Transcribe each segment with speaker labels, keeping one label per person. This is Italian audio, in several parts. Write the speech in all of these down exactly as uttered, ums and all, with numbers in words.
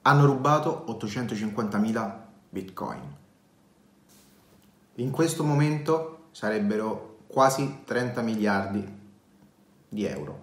Speaker 1: hanno rubato ottocentocinquantamila bitcoin. In questo momento sarebbero quasi trenta miliardi di euro.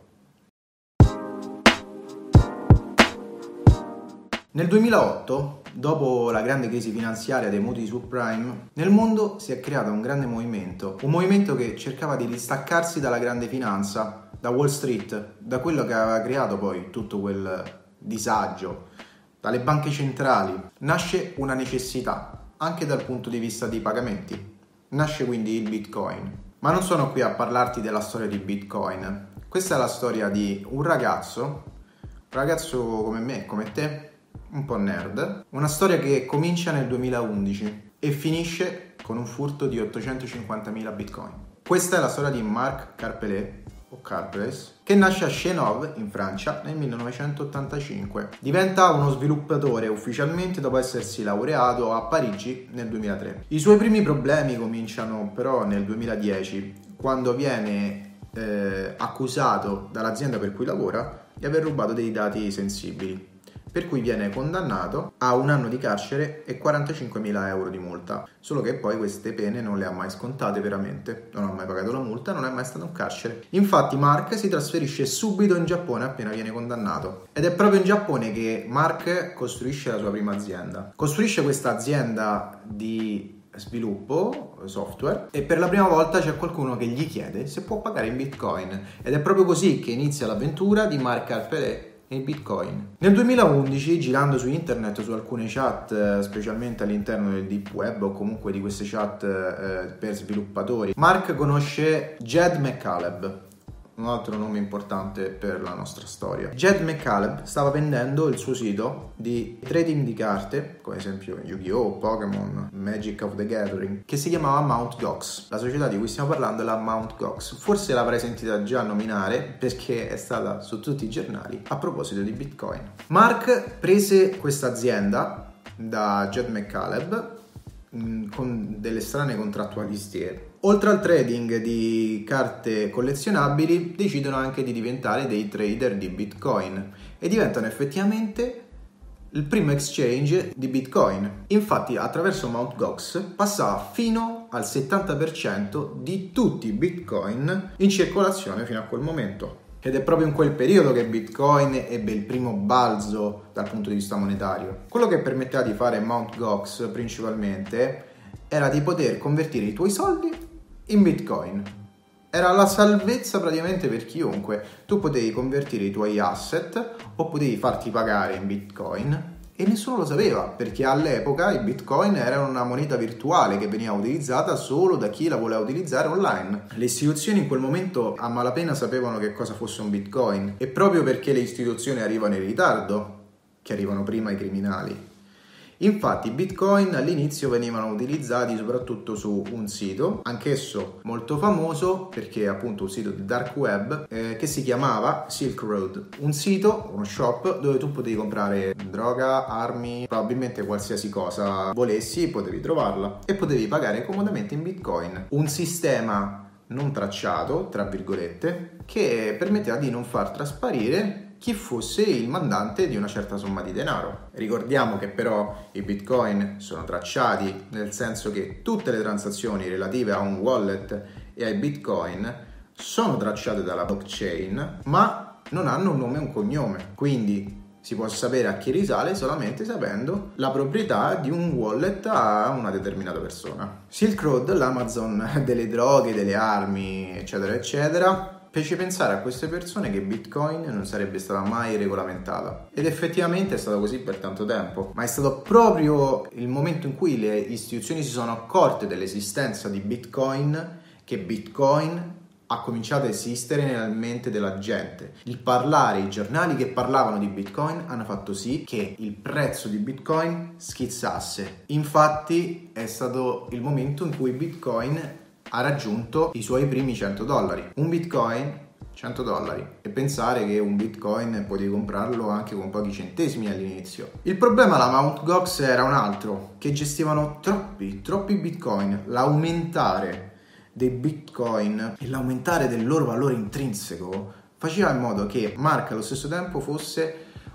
Speaker 1: Nel duemilaotto, dopo la grande crisi finanziaria dei mutui subprime, nel mondo si è creato un grande movimento, un movimento che cercava di distaccarsi dalla grande finanza, da Wall Street, da quello che aveva creato poi tutto quel disagio, dalle banche centrali. Nasce una necessità, anche dal punto di vista dei pagamenti. Nasce quindi il Bitcoin. Ma non sono qui a parlarti della storia di Bitcoin. Questa è la storia di un ragazzo, un ragazzo come me, come te, un po' nerd, una storia che comincia nel duemilaundici e finisce con un furto di ottocentocinquantamila bitcoin. Questa è la storia di Marc Karpelès, o Karpelès, che nasce a Chenov, in Francia, nel millenovecentottantacinque. Diventa uno sviluppatore ufficialmente dopo essersi laureato a Parigi nel duemilatré. I suoi primi problemi cominciano però nel duemiladieci, quando viene eh, accusato dall'azienda per cui lavora di aver rubato dei dati sensibili, per cui viene condannato a un anno di carcere e quarantacinquemila euro di multa. Solo che poi queste pene non le ha mai scontate veramente, non ha mai pagato la multa, non è mai stato in carcere. Infatti Marc si trasferisce subito in Giappone appena viene condannato. Ed è proprio in Giappone che Marc costruisce la sua prima azienda. Costruisce questa azienda di sviluppo software e per la prima volta c'è qualcuno che gli chiede se può pagare in bitcoin. Ed è proprio così che inizia l'avventura di Marc Karpelès e Bitcoin. Nel duemilaundici, girando su internet, su alcune chat, specialmente all'interno del deep web o comunque di queste chat eh, per sviluppatori, Marc conosce Jed McCaleb, un altro nome importante per la nostra storia. Jed McCaleb stava vendendo il suo sito di trading di carte, come ad esempio Yu-Gi-Oh!, Pokémon, Magic of the Gathering, che si chiamava Mt. Gox. La società di cui stiamo parlando è la Mt. Gox. Forse l'avrai sentita già nominare perché è stata su tutti i giornali a proposito di Bitcoin. Marc prese questa azienda da Jed McCaleb mh, con delle strane contrattualistiche. Oltre al trading di carte collezionabili, decidono anche di diventare dei trader di Bitcoin e diventano effettivamente il primo exchange di Bitcoin. Infatti, attraverso Mt. Gox passava fino al settanta per cento di tutti i Bitcoin in circolazione fino a quel momento. Ed è proprio in quel periodo che Bitcoin ebbe il primo balzo dal punto di vista monetario. Quello che permetteva di fare Mt. Gox principalmente era di poter convertire i tuoi soldi in Bitcoin. Era la salvezza praticamente per chiunque. Tu potevi convertire i tuoi asset o potevi farti pagare in Bitcoin e nessuno lo sapeva, perché all'epoca il Bitcoin era una moneta virtuale che veniva utilizzata solo da chi la voleva utilizzare online. Le istituzioni in quel momento a malapena sapevano che cosa fosse un Bitcoin, e proprio perché le istituzioni arrivano in ritardo che arrivano prima i criminali. Infatti i Bitcoin all'inizio venivano utilizzati soprattutto su un sito, anch'esso molto famoso perché è appunto un sito di dark web eh, che si chiamava Silk Road, un sito, uno shop dove tu potevi comprare droga, armi, probabilmente qualsiasi cosa volessi potevi trovarla e potevi pagare comodamente in Bitcoin. Un sistema non tracciato, tra virgolette, che permetteva di non far trasparire chi fosse il mandante di una certa somma di denaro. Ricordiamo che però i Bitcoin sono tracciati, nel senso che tutte le transazioni relative a un wallet e ai Bitcoin sono tracciate dalla blockchain, ma non hanno un nome e un cognome. Quindi si può sapere a chi risale solamente sapendo la proprietà di un wallet a una determinata persona. Silk Road, l'Amazon delle droghe, delle armi, eccetera, eccetera, fece pensare a queste persone che Bitcoin non sarebbe stata mai regolamentata. Ed effettivamente è stato così per tanto tempo. Ma è stato proprio il momento in cui le istituzioni si sono accorte dell'esistenza di Bitcoin che Bitcoin ha cominciato a esistere nella mente della gente. Il parlare, i giornali che parlavano di Bitcoin hanno fatto sì che il prezzo di Bitcoin schizzasse. Infatti è stato il momento in cui Bitcoin ha raggiunto i suoi primi cento dollari. Un Bitcoin, cento dollari. E pensare che un Bitcoin potevi comprarlo anche con pochi centesimi all'inizio. Il problema alla Mt. Gox era un altro, che gestivano troppi, troppi Bitcoin. L'aumentare dei Bitcoin e l'aumentare del loro valore intrinseco faceva in modo che Marc allo stesso tempo fosse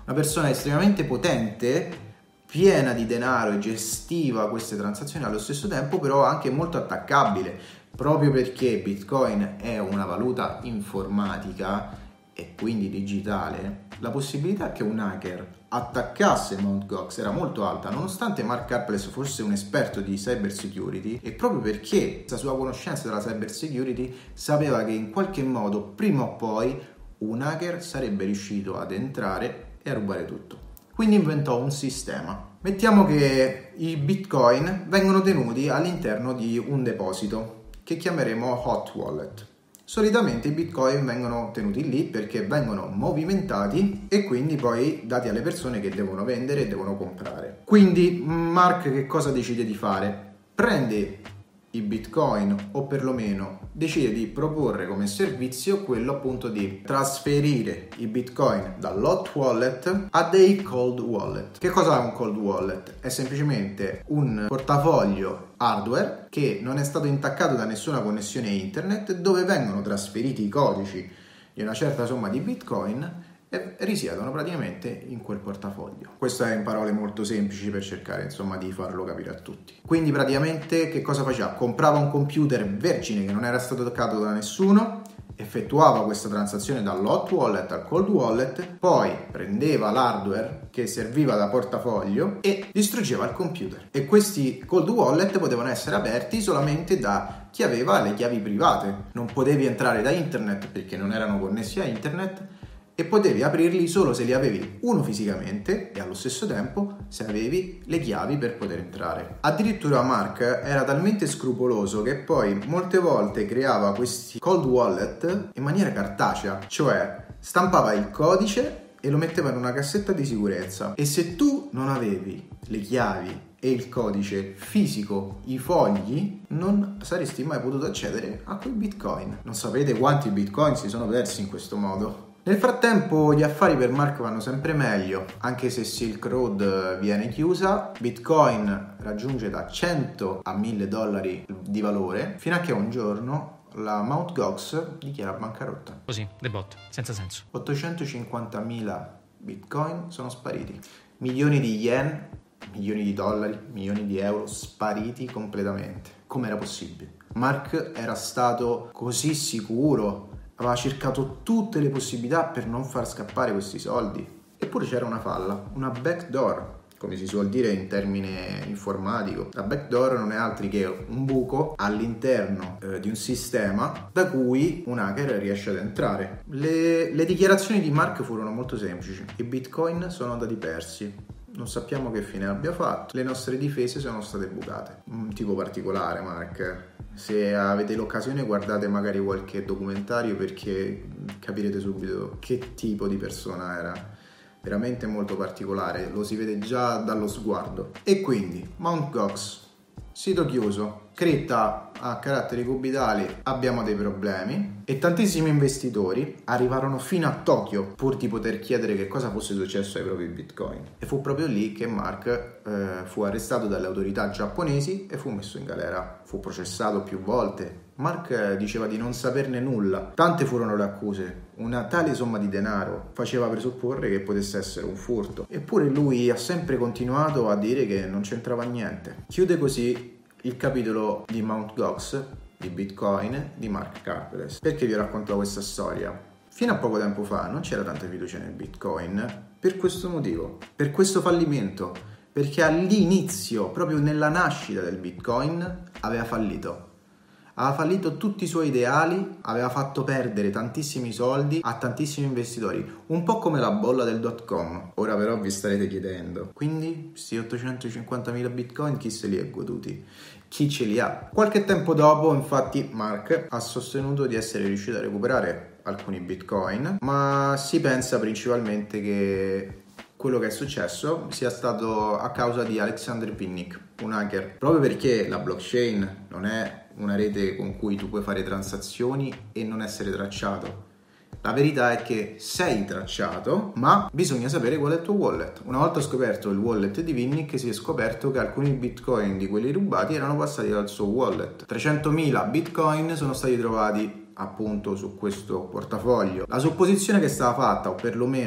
Speaker 1: una persona estremamente potente, piena di denaro e gestiva queste transazioni allo stesso tempo, però anche molto attaccabile, proprio perché Bitcoin è una valuta informatica e quindi digitale. La possibilità che un hacker attaccasse Mt. Gox era molto alta, nonostante Mark Karplus fosse un esperto di cyber security, e proprio perché la sua conoscenza della cyber security sapeva che in qualche modo prima o poi un hacker sarebbe riuscito ad entrare e a rubare tutto. Quindi inventò un sistema. Mettiamo che i bitcoin vengono tenuti all'interno di un deposito che chiameremo hot wallet. Solitamente i bitcoin vengono tenuti lì perché vengono movimentati e quindi poi dati alle persone che devono vendere e devono comprare. Quindi Mark che cosa decide di fare? Prende i bitcoin, o perlomeno decide di proporre come servizio quello appunto di trasferire i bitcoin dall'hot wallet a dei cold wallet. Che cosa è un cold wallet? È semplicemente un portafoglio hardware che non è stato intaccato da nessuna connessione internet, dove vengono trasferiti i codici di una certa somma di bitcoin e risiedono praticamente in quel portafoglio. Questo è in parole molto semplici per cercare insomma di farlo capire a tutti. Quindi praticamente che cosa faceva? Comprava un computer vergine che non era stato toccato da nessuno, effettuava questa transazione dall'hot wallet al cold wallet, poi prendeva l'hardware che serviva da portafoglio e distruggeva il computer. E questi cold wallet potevano essere aperti solamente da chi aveva le chiavi private. Non potevi entrare da internet perché non erano connessi a internet, e potevi aprirli solo se li avevi uno fisicamente e allo stesso tempo se avevi le chiavi per poter entrare. Addirittura Mark era talmente scrupoloso che poi molte volte creava questi cold wallet in maniera cartacea, cioè stampava il codice e lo metteva in una cassetta di sicurezza, e se tu non avevi le chiavi e il codice fisico, i fogli, non saresti mai potuto accedere a quei bitcoin. Non sapete quanti bitcoin si sono persi in questo modo. Nel frattempo gli affari per Mark vanno sempre meglio, anche se Silk Road viene chiusa, Bitcoin raggiunge da cento a mille dollari di valore, fino a che un giorno la Mt. Gox dichiara bancarotta.
Speaker 2: Così, the bot, senza senso.
Speaker 1: ottocentocinquantamila Bitcoin sono spariti, milioni di yen, milioni di dollari, milioni di euro spariti completamente. Com'era possibile? Mark era stato così sicuro, aveva cercato tutte le possibilità per non far scappare questi soldi, eppure c'era una falla, una backdoor, come si suol dire in termine informatico. La backdoor non è altro che un buco all'interno eh, di un sistema da cui un hacker riesce ad entrare. Le, le dichiarazioni di Mark furono molto semplici: i bitcoin sono andati persi, non sappiamo che fine abbia fatto, le nostre difese sono state bucate. Un tipo particolare Mark. Se avete l'occasione guardate magari qualche documentario, perché capirete subito che tipo di persona era. Veramente molto particolare, lo si vede già dallo sguardo. E quindi Mt. Gox, sito chiuso, cripta a caratteri cubitali, abbiamo dei problemi, e tantissimi investitori arrivarono fino a Tokyo pur di poter chiedere che cosa fosse successo ai propri bitcoin. E fu proprio lì che Mark eh, fu arrestato dalle autorità giapponesi e fu messo in galera. Fu processato più volte. Mark diceva di non saperne nulla. Tante furono le accuse. Una tale somma di denaro faceva presupporre che potesse essere un furto. Eppure lui ha sempre continuato a dire che non c'entrava niente. Chiude così il capitolo di Mt. Gox, di Bitcoin, di Mark Karplus. Perché vi racconto questa storia? Fino a poco tempo fa non c'era tanta fiducia nel Bitcoin per questo motivo, per questo fallimento, perché all'inizio, proprio nella nascita del Bitcoin, aveva fallito. Aveva fallito tutti i suoi ideali, aveva fatto perdere tantissimi soldi a tantissimi investitori, un po' come la bolla del dot com. Ora però vi starete chiedendo, quindi questi ottocentocinquantamila bitcoin chi se li ha goduti? Chi ce li ha? Qualche tempo dopo, infatti, Mark ha sostenuto di essere riuscito a recuperare alcuni bitcoin, ma si pensa principalmente che quello che è successo sia stato a causa di Alexander Pinnick, un hacker, proprio perché la blockchain non è una rete con cui tu puoi fare transazioni e non essere tracciato. La verità è che sei tracciato, ma bisogna sapere qual è il tuo wallet. Una volta scoperto il wallet di Pinnick, si è scoperto che alcuni bitcoin di quelli rubati erano passati dal suo wallet. trecentomila bitcoin sono stati trovati appunto su questo portafoglio. La supposizione che stava fatta, o perlomeno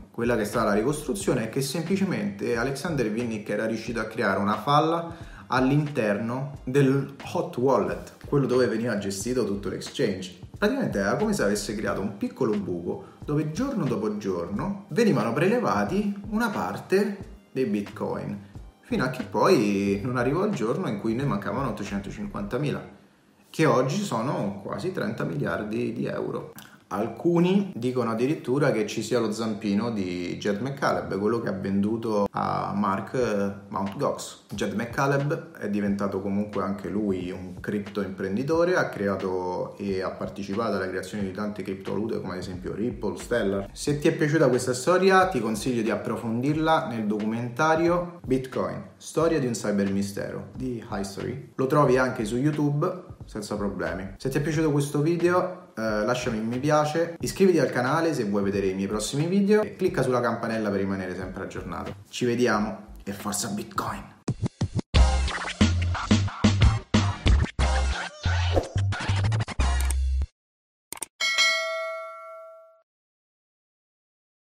Speaker 1: quella che è stata la ricostruzione è che semplicemente Alexander Vinnick era riuscito a creare una falla all'interno del hot wallet, quello dove veniva gestito tutto l'exchange. Praticamente era come se avesse creato un piccolo buco dove giorno dopo giorno venivano prelevati una parte dei bitcoin, fino a che poi non arrivò il giorno in cui ne mancavano ottocentocinquantamila, che oggi sono quasi trenta miliardi di euro. Alcuni dicono addirittura che ci sia lo zampino di Jed McCaleb, quello che ha venduto a Mark Mt. Gox. Jed McCaleb è diventato comunque anche lui un cripto imprenditore, ha creato e ha partecipato alla creazione di tante criptovalute come ad esempio Ripple, Stellar. Se ti è piaciuta questa storia ti consiglio di approfondirla nel documentario Bitcoin, storia di un cybermistero di History. Lo trovi anche su YouTube senza problemi. Se ti è piaciuto questo video eh, lasciami un mi piace, iscriviti al canale se vuoi vedere i miei prossimi video e clicca sulla campanella per rimanere sempre aggiornato. Ci vediamo e forza Bitcoin!